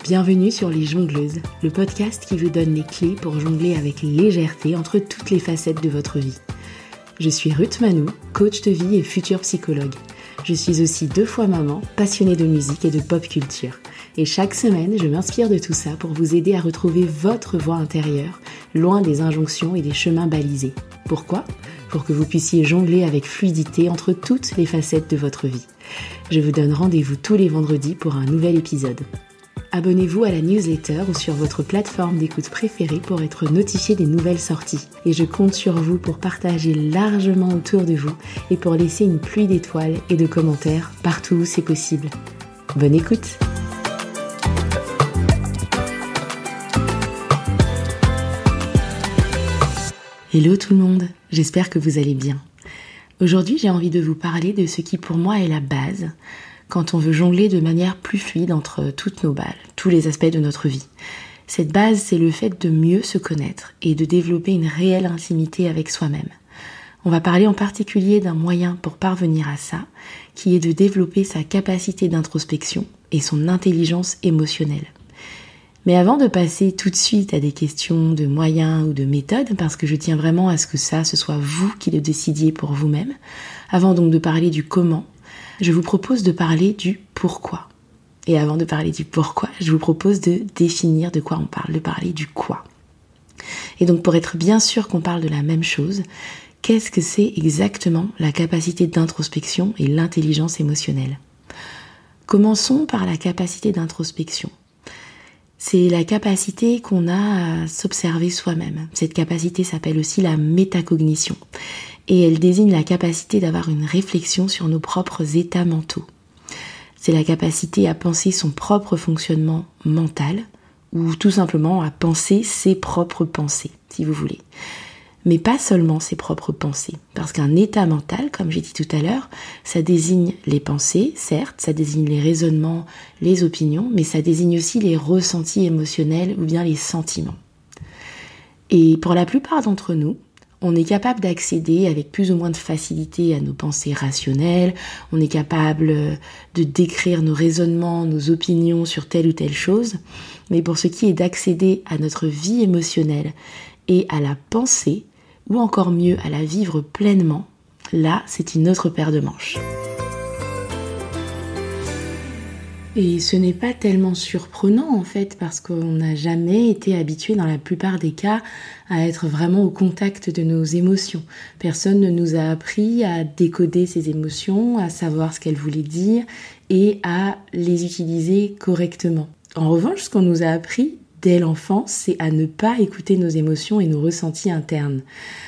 Bienvenue sur Les Jongleuses, le podcast qui vous donne les clés pour jongler avec légèreté entre toutes les facettes de votre vie. Je suis Ruth Manou, coach de vie et future psychologue. Je suis aussi 2 fois maman, passionnée de musique et de pop culture. Et chaque semaine, je m'inspire de tout ça pour vous aider à retrouver votre voix intérieure, loin des injonctions et des chemins balisés. Pourquoi ? Pour que vous puissiez jongler avec fluidité entre toutes les facettes de votre vie. Je vous donne rendez-vous tous les vendredis pour un nouvel épisode. Abonnez-vous à la newsletter ou sur votre plateforme d'écoute préférée pour être notifié des nouvelles sorties. Et je compte sur vous pour partager largement autour de vous et pour laisser une pluie d'étoiles et de commentaires partout où c'est possible. Bonne écoute! Hello tout le monde, j'espère que vous allez bien. Aujourd'hui, j'ai envie de vous parler de ce qui pour moi est la base quand on veut jongler de manière plus fluide entre toutes nos balles, tous les aspects de notre vie. Cette base, c'est le fait de mieux se connaître et de développer une réelle intimité avec soi-même. On va parler en particulier d'un moyen pour parvenir à ça, qui est de développer sa capacité d'introspection et son intelligence émotionnelle. Mais avant de passer tout de suite à des questions de moyens ou de méthodes, parce que je tiens vraiment à ce que ce soit vous qui le décidiez pour vous-même, avant donc de parler du comment, je vous propose de parler du pourquoi. Et avant de parler du pourquoi, je vous propose de définir de quoi on parle, de parler du quoi. Et donc pour être bien sûr qu'on parle de la même chose, qu'est-ce que c'est exactement la capacité d'introspection et l'intelligence émotionnelle ? Commençons par la capacité d'introspection. C'est la capacité qu'on a à s'observer soi-même. Cette capacité s'appelle aussi la métacognition. Et elle désigne la capacité d'avoir une réflexion sur nos propres états mentaux. C'est la capacité à penser son propre fonctionnement mental, ou tout simplement à penser ses propres pensées, si vous voulez. Mais pas seulement ses propres pensées, parce qu'un état mental, comme j'ai dit tout à l'heure, ça désigne les pensées, certes, ça désigne les raisonnements, les opinions, mais ça désigne aussi les ressentis émotionnels ou bien les sentiments. Et pour la plupart d'entre nous, on est capable d'accéder avec plus ou moins de facilité à nos pensées rationnelles, on est capable de décrire nos raisonnements, nos opinions sur telle ou telle chose, mais pour ce qui est d'accéder à notre vie émotionnelle et à la pensée, ou encore mieux à la vivre pleinement, là c'est une autre paire de manches. Et ce n'est pas tellement surprenant en fait parce qu'on n'a jamais été habitué dans la plupart des cas à être vraiment au contact de nos émotions. Personne ne nous a appris à décoder ces émotions, à savoir ce qu'elles voulaient dire et à les utiliser correctement. En revanche, ce qu'on nous a appris dès l'enfance, c'est à ne pas écouter nos émotions et nos ressentis internes.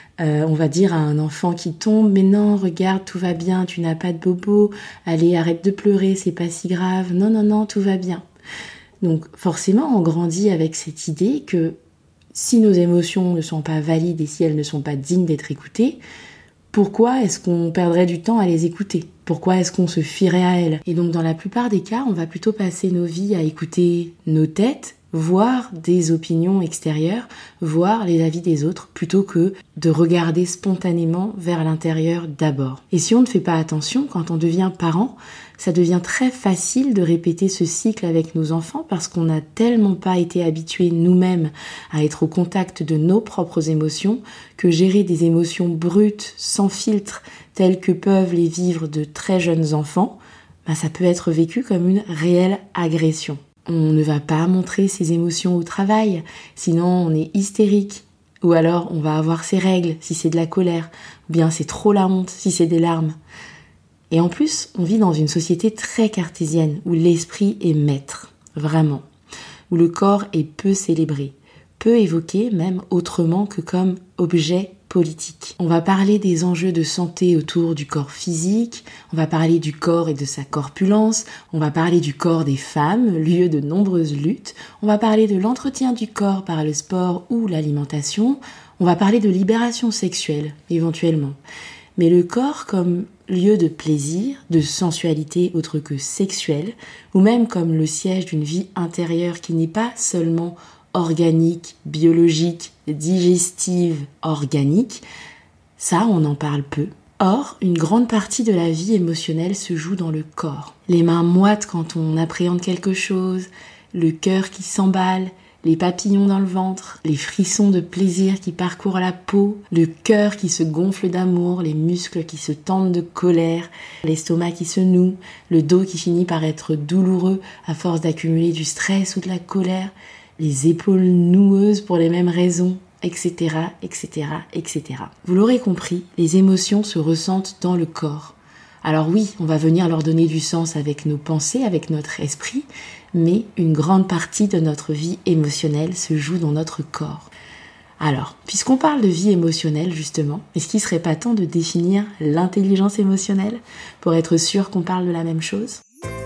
On va dire à un enfant qui tombe, mais non, regarde, tout va bien, tu n'as pas de bobo, allez, arrête de pleurer, c'est pas si grave, non, tout va bien. Donc forcément, on grandit avec cette idée que si nos émotions ne sont pas valides et si elles ne sont pas dignes d'être écoutées, pourquoi est-ce qu'on perdrait du temps à les écouter ? Pourquoi est-ce qu'on se fierait à elles ? Et donc dans la plupart des cas, on va plutôt passer nos vies à écouter nos têtes, voir des opinions extérieures, voir les avis des autres, plutôt que de regarder spontanément vers l'intérieur d'abord. Et si on ne fait pas attention, quand on devient parent, ça devient très facile de répéter ce cycle avec nos enfants parce qu'on n'a tellement pas été habitués nous-mêmes à être au contact de nos propres émotions que gérer des émotions brutes, sans filtre, telles que peuvent les vivre de très jeunes enfants, ça peut être vécu comme une réelle agression. On ne va pas montrer ses émotions au travail, sinon on est hystérique. Ou alors on va avoir ses règles si c'est de la colère, ou bien c'est trop la honte si c'est des larmes. Et en plus, on vit dans une société très cartésienne, où l'esprit est maître, vraiment. Où le corps est peu célébré, peu évoqué même autrement que comme objet politique. On va parler des enjeux de santé autour du corps physique, on va parler du corps et de sa corpulence, on va parler du corps des femmes, lieu de nombreuses luttes, on va parler de l'entretien du corps par le sport ou l'alimentation, on va parler de libération sexuelle, éventuellement. Mais le corps comme lieu de plaisir, de sensualité autre que sexuelle, ou même comme le siège d'une vie intérieure qui n'est pas seulement organique, biologique, digestive, organique, ça on en parle peu. Or, une grande partie de la vie émotionnelle se joue dans le corps. Les mains moites quand on appréhende quelque chose, le cœur qui s'emballe, les papillons dans le ventre, les frissons de plaisir qui parcourent la peau, le cœur qui se gonfle d'amour, les muscles qui se tendent de colère, l'estomac qui se noue, le dos qui finit par être douloureux à force d'accumuler du stress ou de la colère, les épaules noueuses pour les mêmes raisons, etc., etc., etc. Vous l'aurez compris, les émotions se ressentent dans le corps. Alors oui, on va venir leur donner du sens avec nos pensées, avec notre esprit, mais une grande partie de notre vie émotionnelle se joue dans notre corps. Alors, puisqu'on parle de vie émotionnelle justement, est-ce qu'il serait pas temps de définir l'intelligence émotionnelle pour être sûr qu'on parle de la même chose ?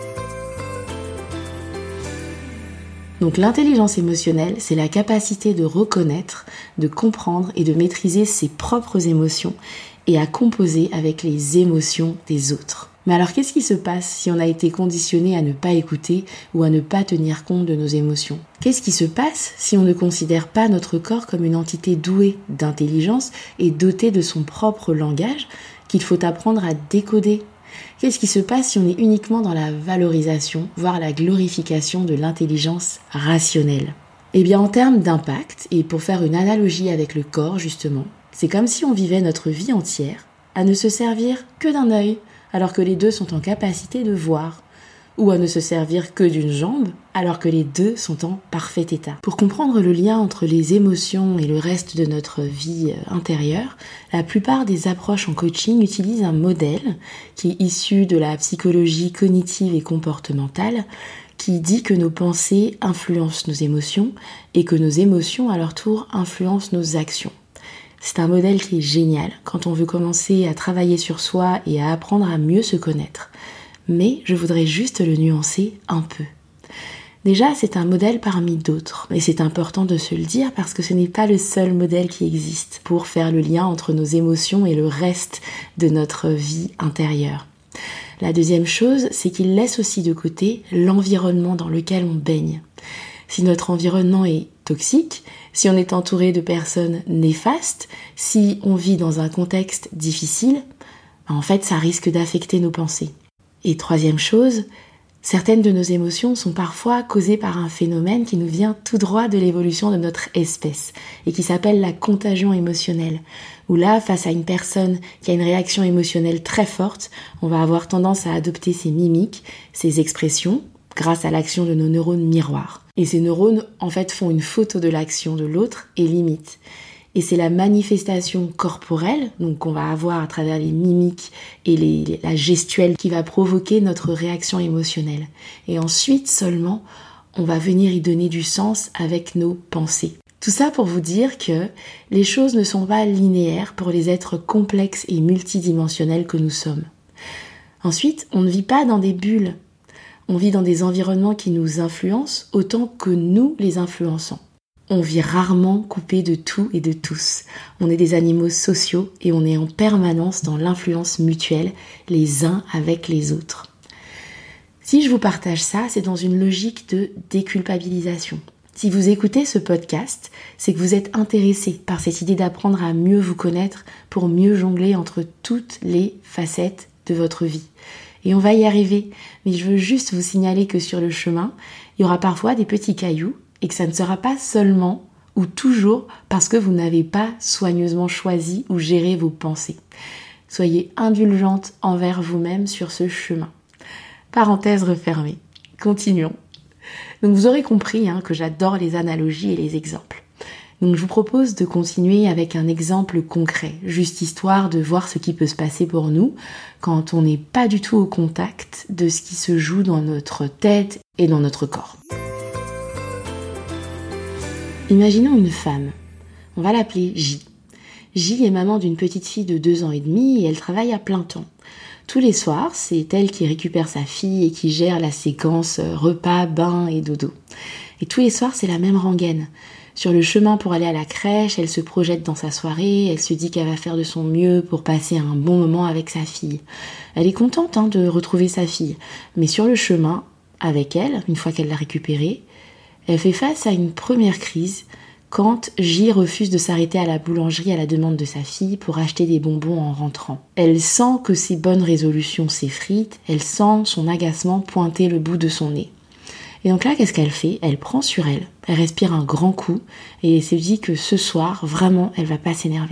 Donc l'intelligence émotionnelle, c'est la capacité de reconnaître, de comprendre et de maîtriser ses propres émotions et à composer avec les émotions des autres. Mais alors qu'est-ce qui se passe si on a été conditionné à ne pas écouter ou à ne pas tenir compte de nos émotions ? Qu'est-ce qui se passe si on ne considère pas notre corps comme une entité douée d'intelligence et dotée de son propre langage qu'il faut apprendre à décoder ? Qu'est-ce qui se passe si on est uniquement dans la valorisation, voire la glorification de l'intelligence rationnelle ? Eh bien, en termes d'impact, et pour faire une analogie avec le corps justement, c'est comme si on vivait notre vie entière à ne se servir que d'un œil, alors que les deux sont en capacité de voir, ou à ne se servir que d'une jambe, alors que les deux sont en parfait état. Pour comprendre le lien entre les émotions et le reste de notre vie intérieure, la plupart des approches en coaching utilisent un modèle qui est issu de la psychologie cognitive et comportementale, qui dit que nos pensées influencent nos émotions et que nos émotions, à leur tour, influencent nos actions. C'est un modèle qui est génial quand on veut commencer à travailler sur soi et à apprendre à mieux se connaître. Mais je voudrais juste le nuancer un peu. Déjà, c'est un modèle parmi d'autres, et c'est important de se le dire parce que ce n'est pas le seul modèle qui existe pour faire le lien entre nos émotions et le reste de notre vie intérieure. La deuxième chose, c'est qu'il laisse aussi de côté l'environnement dans lequel on baigne. Si notre environnement est toxique, si on est entouré de personnes néfastes, si on vit dans un contexte difficile, en fait, ça risque d'affecter nos pensées. Et troisième chose, certaines de nos émotions sont parfois causées par un phénomène qui nous vient tout droit de l'évolution de notre espèce et qui s'appelle la contagion émotionnelle. Où là, face à une personne qui a une réaction émotionnelle très forte, on va avoir tendance à adopter ses mimiques, ses expressions, grâce à l'action de nos neurones miroirs. Et ces neurones, en fait, font une photo de l'action de l'autre et l'imitent. Et c'est la manifestation corporelle, donc qu'on va avoir à travers les mimiques et la gestuelle qui va provoquer notre réaction émotionnelle. Et ensuite seulement, on va venir y donner du sens avec nos pensées. Tout ça pour vous dire que les choses ne sont pas linéaires pour les êtres complexes et multidimensionnels que nous sommes. Ensuite, on ne vit pas dans des bulles. On vit dans des environnements qui nous influencent autant que nous les influençons. On vit rarement coupé de tout et de tous. On est des animaux sociaux et on est en permanence dans l'influence mutuelle les uns avec les autres. Si je vous partage ça, c'est dans une logique de déculpabilisation. Si vous écoutez ce podcast, c'est que vous êtes intéressé par cette idée d'apprendre à mieux vous connaître pour mieux jongler entre toutes les facettes de votre vie. Et on va y arriver, mais je veux juste vous signaler que sur le chemin, il y aura parfois des petits cailloux et que ça ne sera pas seulement ou toujours parce que vous n'avez pas soigneusement choisi ou géré vos pensées. Soyez indulgente envers vous-même sur ce chemin. Parenthèse refermée. Continuons. Donc vous aurez compris que j'adore les analogies et les exemples. Donc je vous propose de continuer avec un exemple concret, juste histoire de voir ce qui peut se passer pour nous quand on n'est pas du tout au contact de ce qui se joue dans notre tête et dans notre corps. Imaginons une femme, on va l'appeler J. J est maman d'une petite fille de 2 ans et demi et elle travaille à plein temps. Tous les soirs, c'est elle qui récupère sa fille et qui gère la séquence repas, bain et dodo. Et tous les soirs, c'est la même rengaine. Sur le chemin pour aller à la crèche, elle se projette dans sa soirée, elle se dit qu'elle va faire de son mieux pour passer un bon moment avec sa fille. Elle est contente de retrouver sa fille, mais sur le chemin, avec elle, une fois qu'elle l'a récupérée, elle fait face à une première crise quand J refuse de s'arrêter à la boulangerie à la demande de sa fille pour acheter des bonbons en rentrant. Elle sent que ses bonnes résolutions s'effritent, elle sent son agacement pointer le bout de son nez. Et donc là, qu'est-ce qu'elle fait? Elle prend sur elle, elle respire un grand coup et elle se dit que ce soir, vraiment, elle va pas s'énerver.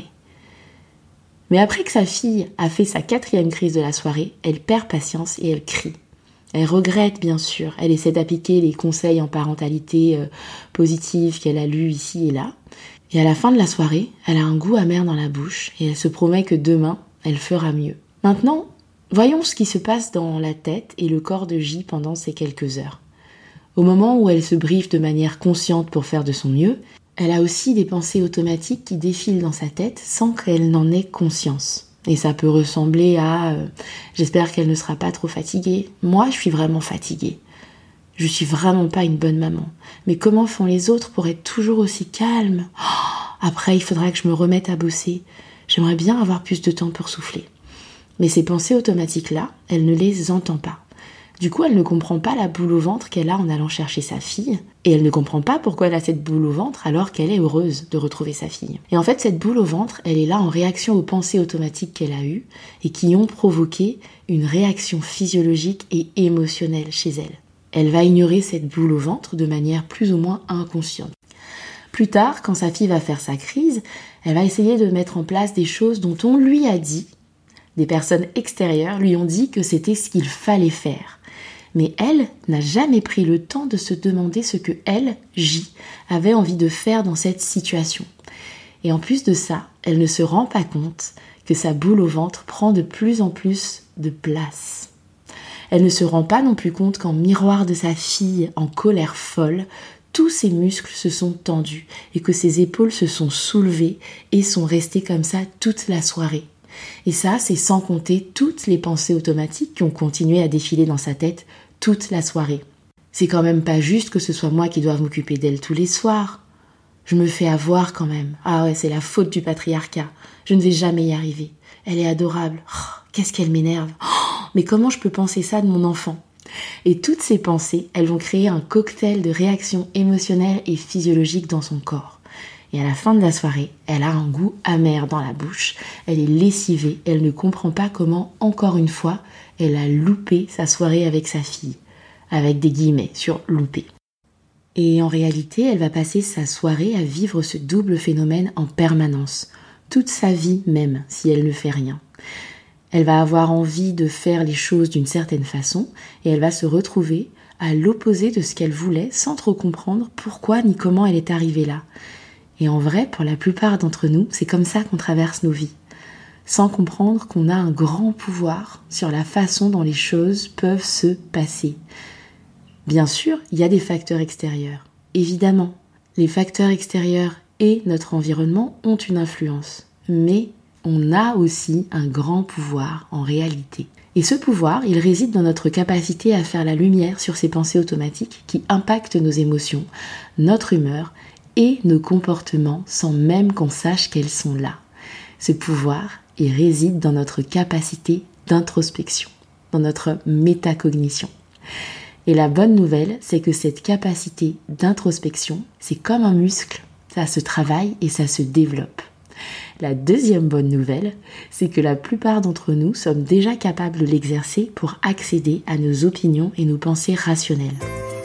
Mais après que sa fille a fait sa 4e crise de la soirée, elle perd patience et elle crie. Elle regrette bien sûr, elle essaie d'appliquer les conseils en parentalité positive qu'elle a lus ici et là. Et à la fin de la soirée, elle a un goût amer dans la bouche et elle se promet que demain, elle fera mieux. Maintenant, voyons ce qui se passe dans la tête et le corps de J pendant ces quelques heures. Au moment où elle se briefe de manière consciente pour faire de son mieux, elle a aussi des pensées automatiques qui défilent dans sa tête sans qu'elle n'en ait conscience. Et ça peut ressembler à j'espère qu'elle ne sera pas trop fatiguée. Moi, je suis vraiment fatiguée. Je suis vraiment pas une bonne maman. Mais comment font les autres pour être toujours aussi calmes? Après, il faudra que je me remette à bosser. J'aimerais bien avoir plus de temps pour souffler. Mais ces pensées automatiques-là, elle ne les entend pas. Du coup, elle ne comprend pas la boule au ventre qu'elle a en allant chercher sa fille. Et elle ne comprend pas pourquoi elle a cette boule au ventre alors qu'elle est heureuse de retrouver sa fille. Et en fait, cette boule au ventre, elle est là en réaction aux pensées automatiques qu'elle a eues et qui ont provoqué une réaction physiologique et émotionnelle chez elle. Elle va ignorer cette boule au ventre de manière plus ou moins inconsciente. Plus tard, quand sa fille va faire sa crise, elle va essayer de mettre en place des choses dont on lui a dit, des personnes extérieures lui ont dit que c'était ce qu'il fallait faire. Mais elle n'a jamais pris le temps de se demander ce que elle, J, avait envie de faire dans cette situation. Et en plus de ça, elle ne se rend pas compte que sa boule au ventre prend de plus en plus de place. Elle ne se rend pas non plus compte qu'en miroir de sa fille en colère folle, tous ses muscles se sont tendus et que ses épaules se sont soulevées et sont restées comme ça toute la soirée. Et ça, c'est sans compter toutes les pensées automatiques qui ont continué à défiler dans sa tête toute la soirée. C'est quand même pas juste que ce soit moi qui doive m'occuper d'elle tous les soirs. Je me fais avoir quand même. Ah ouais, c'est la faute du patriarcat. Je ne vais jamais y arriver. Elle est adorable. Oh, qu'est-ce qu'elle m'énerve. Oh, mais comment je peux penser ça de mon enfant? Et toutes ces pensées, elles vont créer un cocktail de réactions émotionnelles et physiologiques dans son corps. Et à la fin de la soirée, elle a un goût amer dans la bouche. Elle est lessivée. Elle ne comprend pas comment, encore une fois, elle a loupé sa soirée avec sa fille. Avec des guillemets sur loupé. Et en réalité, elle va passer sa soirée à vivre ce double phénomène en permanence. Toute sa vie même, si elle ne fait rien. Elle va avoir envie de faire les choses d'une certaine façon et elle va se retrouver à l'opposé de ce qu'elle voulait sans trop comprendre pourquoi ni comment elle est arrivée là. Et en vrai, pour la plupart d'entre nous, c'est comme ça qu'on traverse nos vies, sans comprendre qu'on a un grand pouvoir sur la façon dont les choses peuvent se passer. Bien sûr, il y a des facteurs extérieurs. Évidemment, les facteurs extérieurs et notre environnement ont une influence. Mais on a aussi un grand pouvoir en réalité. Et ce pouvoir, il réside dans notre capacité à faire la lumière sur ces pensées automatiques qui impactent nos émotions, notre humeur et nos comportements sans même qu'on sache qu'elles sont là. Ce pouvoir, il réside dans notre capacité d'introspection, dans notre métacognition. Et la bonne nouvelle, c'est que cette capacité d'introspection, c'est comme un muscle, ça se travaille et ça se développe. La deuxième bonne nouvelle, c'est que la plupart d'entre nous sommes déjà capables de l'exercer pour accéder à nos opinions et nos pensées rationnelles.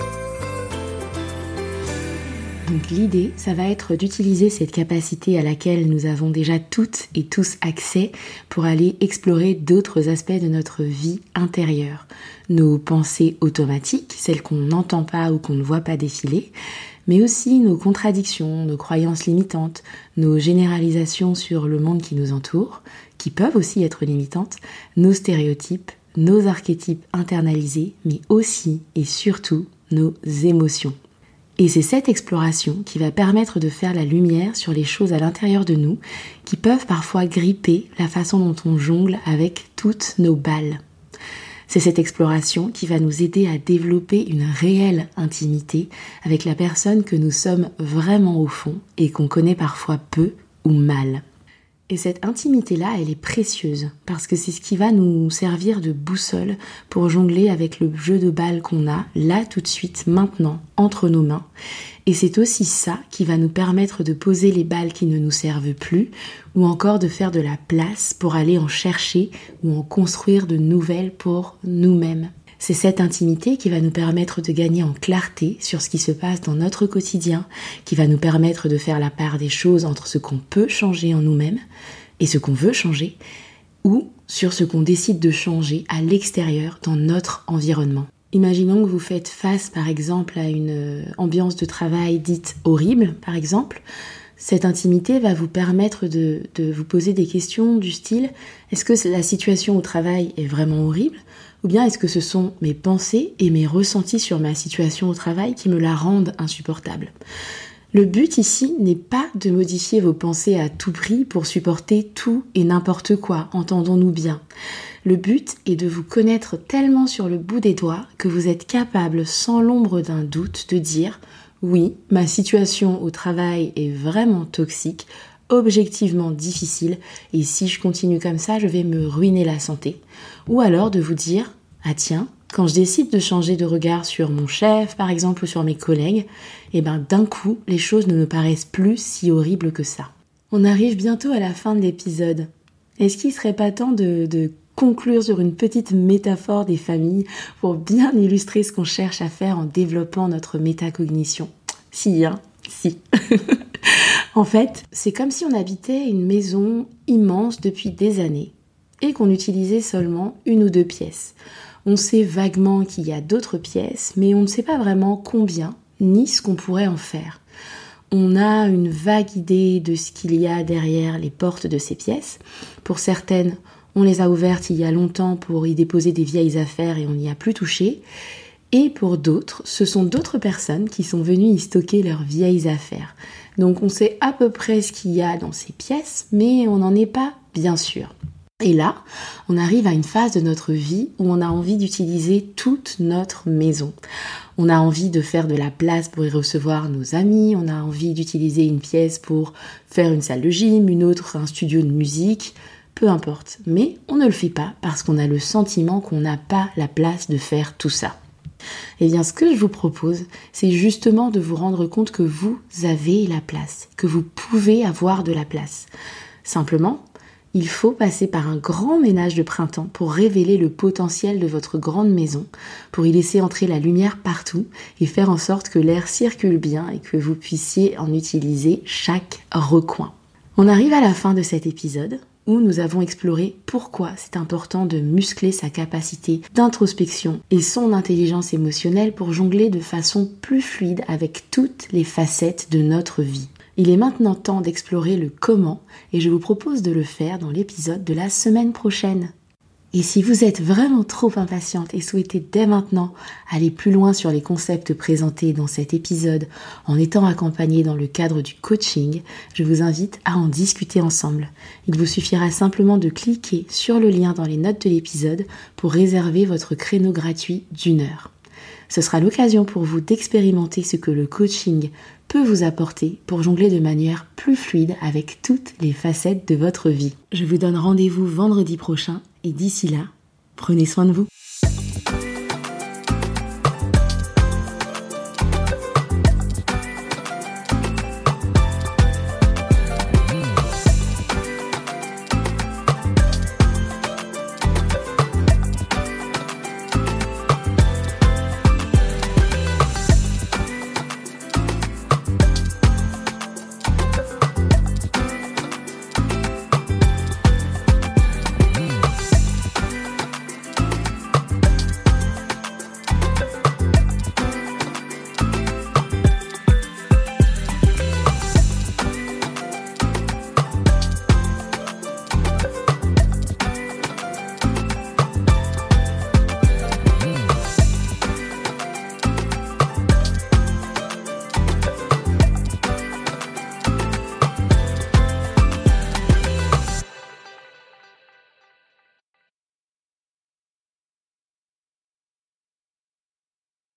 Donc l'idée, ça va être d'utiliser cette capacité à laquelle nous avons déjà toutes et tous accès pour aller explorer d'autres aspects de notre vie intérieure. Nos pensées automatiques, celles qu'on n'entend pas ou qu'on ne voit pas défiler, mais aussi nos contradictions, nos croyances limitantes, nos généralisations sur le monde qui nous entoure, qui peuvent aussi être limitantes, nos stéréotypes, nos archétypes internalisés, mais aussi et surtout nos émotions. Et c'est cette exploration qui va permettre de faire la lumière sur les choses à l'intérieur de nous qui peuvent parfois gripper la façon dont on jongle avec toutes nos balles. C'est cette exploration qui va nous aider à développer une réelle intimité avec la personne que nous sommes vraiment au fond et qu'on connaît parfois peu ou mal. Et cette intimité-là, elle est précieuse parce que c'est ce qui va nous servir de boussole pour jongler avec le jeu de balles qu'on a, là tout de suite, maintenant, entre nos mains. Et c'est aussi ça qui va nous permettre de poser les balles qui ne nous servent plus ou encore de faire de la place pour aller en chercher ou en construire de nouvelles pour nous-mêmes. C'est cette intimité qui va nous permettre de gagner en clarté sur ce qui se passe dans notre quotidien, qui va nous permettre de faire la part des choses entre ce qu'on peut changer en nous-mêmes et ce qu'on veut changer, ou sur ce qu'on décide de changer à l'extérieur dans notre environnement. Imaginons que vous faites face par exemple à une ambiance de travail dite horrible par exemple. Cette intimité va vous permettre de vous poser des questions du style « Est-ce que la situation au travail est vraiment horrible ? Ou bien est-ce que ce sont mes pensées et mes ressentis sur ma situation au travail qui me la rendent insupportable ?» Le but ici n'est pas de modifier vos pensées à tout prix pour supporter tout et n'importe quoi, entendons-nous bien. Le but est de vous connaître tellement sur le bout des doigts que vous êtes capable sans l'ombre d'un doute de dire « Oui, ma situation au travail est vraiment toxique, objectivement difficile et si je continue comme ça, je vais me ruiner la santé. » Ou alors de vous dire « Ah tiens, quand je décide de changer de regard sur mon chef, par exemple, ou sur mes collègues, d'un coup, les choses ne me paraissent plus si horribles que ça. » On arrive bientôt à la fin de l'épisode. Est-ce qu'il serait pas temps de conclure sur une petite métaphore des familles pour bien illustrer ce qu'on cherche à faire en développant notre métacognition ? Si. En fait, c'est comme si on habitait une maison immense depuis des années et qu'on utilisait seulement 1 ou 2 pièces. On sait vaguement qu'il y a d'autres pièces, mais on ne sait pas vraiment combien, ni ce qu'on pourrait en faire. On a une vague idée de ce qu'il y a derrière les portes de ces pièces. Pour certaines, on les a ouvertes il y a longtemps pour y déposer des vieilles affaires et on n'y a plus touché. Et pour d'autres, ce sont d'autres personnes qui sont venues y stocker leurs vieilles affaires. Donc on sait à peu près ce qu'il y a dans ces pièces, mais on n'en est pas bien sûr. Et là, on arrive à une phase de notre vie où on a envie d'utiliser toute notre maison. On a envie de faire de la place pour y recevoir nos amis, on a envie d'utiliser une pièce pour faire une salle de gym, une autre un studio de musique, peu importe. Mais on ne le fait pas parce qu'on a le sentiment qu'on n'a pas la place de faire tout ça. Eh bien, ce que je vous propose, c'est justement de vous rendre compte que vous avez la place, que vous pouvez avoir de la place. Simplement, il faut passer par un grand ménage de printemps pour révéler le potentiel de votre grande maison, pour y laisser entrer la lumière partout et faire en sorte que l'air circule bien et que vous puissiez en utiliser chaque recoin. On arrive à la fin de cet épisode où nous avons exploré pourquoi c'est important de muscler sa capacité d'introspection et son intelligence émotionnelle pour jongler de façon plus fluide avec toutes les facettes de notre vie. Il est maintenant temps d'explorer le comment et je vous propose de le faire dans l'épisode de la semaine prochaine. Et si vous êtes vraiment trop impatiente et souhaitez dès maintenant aller plus loin sur les concepts présentés dans cet épisode en étant accompagnée dans le cadre du coaching, je vous invite à en discuter ensemble. Il vous suffira simplement de cliquer sur le lien dans les notes de l'épisode pour réserver votre créneau gratuit d'1 heure. Ce sera l'occasion pour vous d'expérimenter ce que le coaching peut vous apporter pour jongler de manière plus fluide avec toutes les facettes de votre vie. Je vous donne rendez-vous vendredi prochain et d'ici là, prenez soin de vous.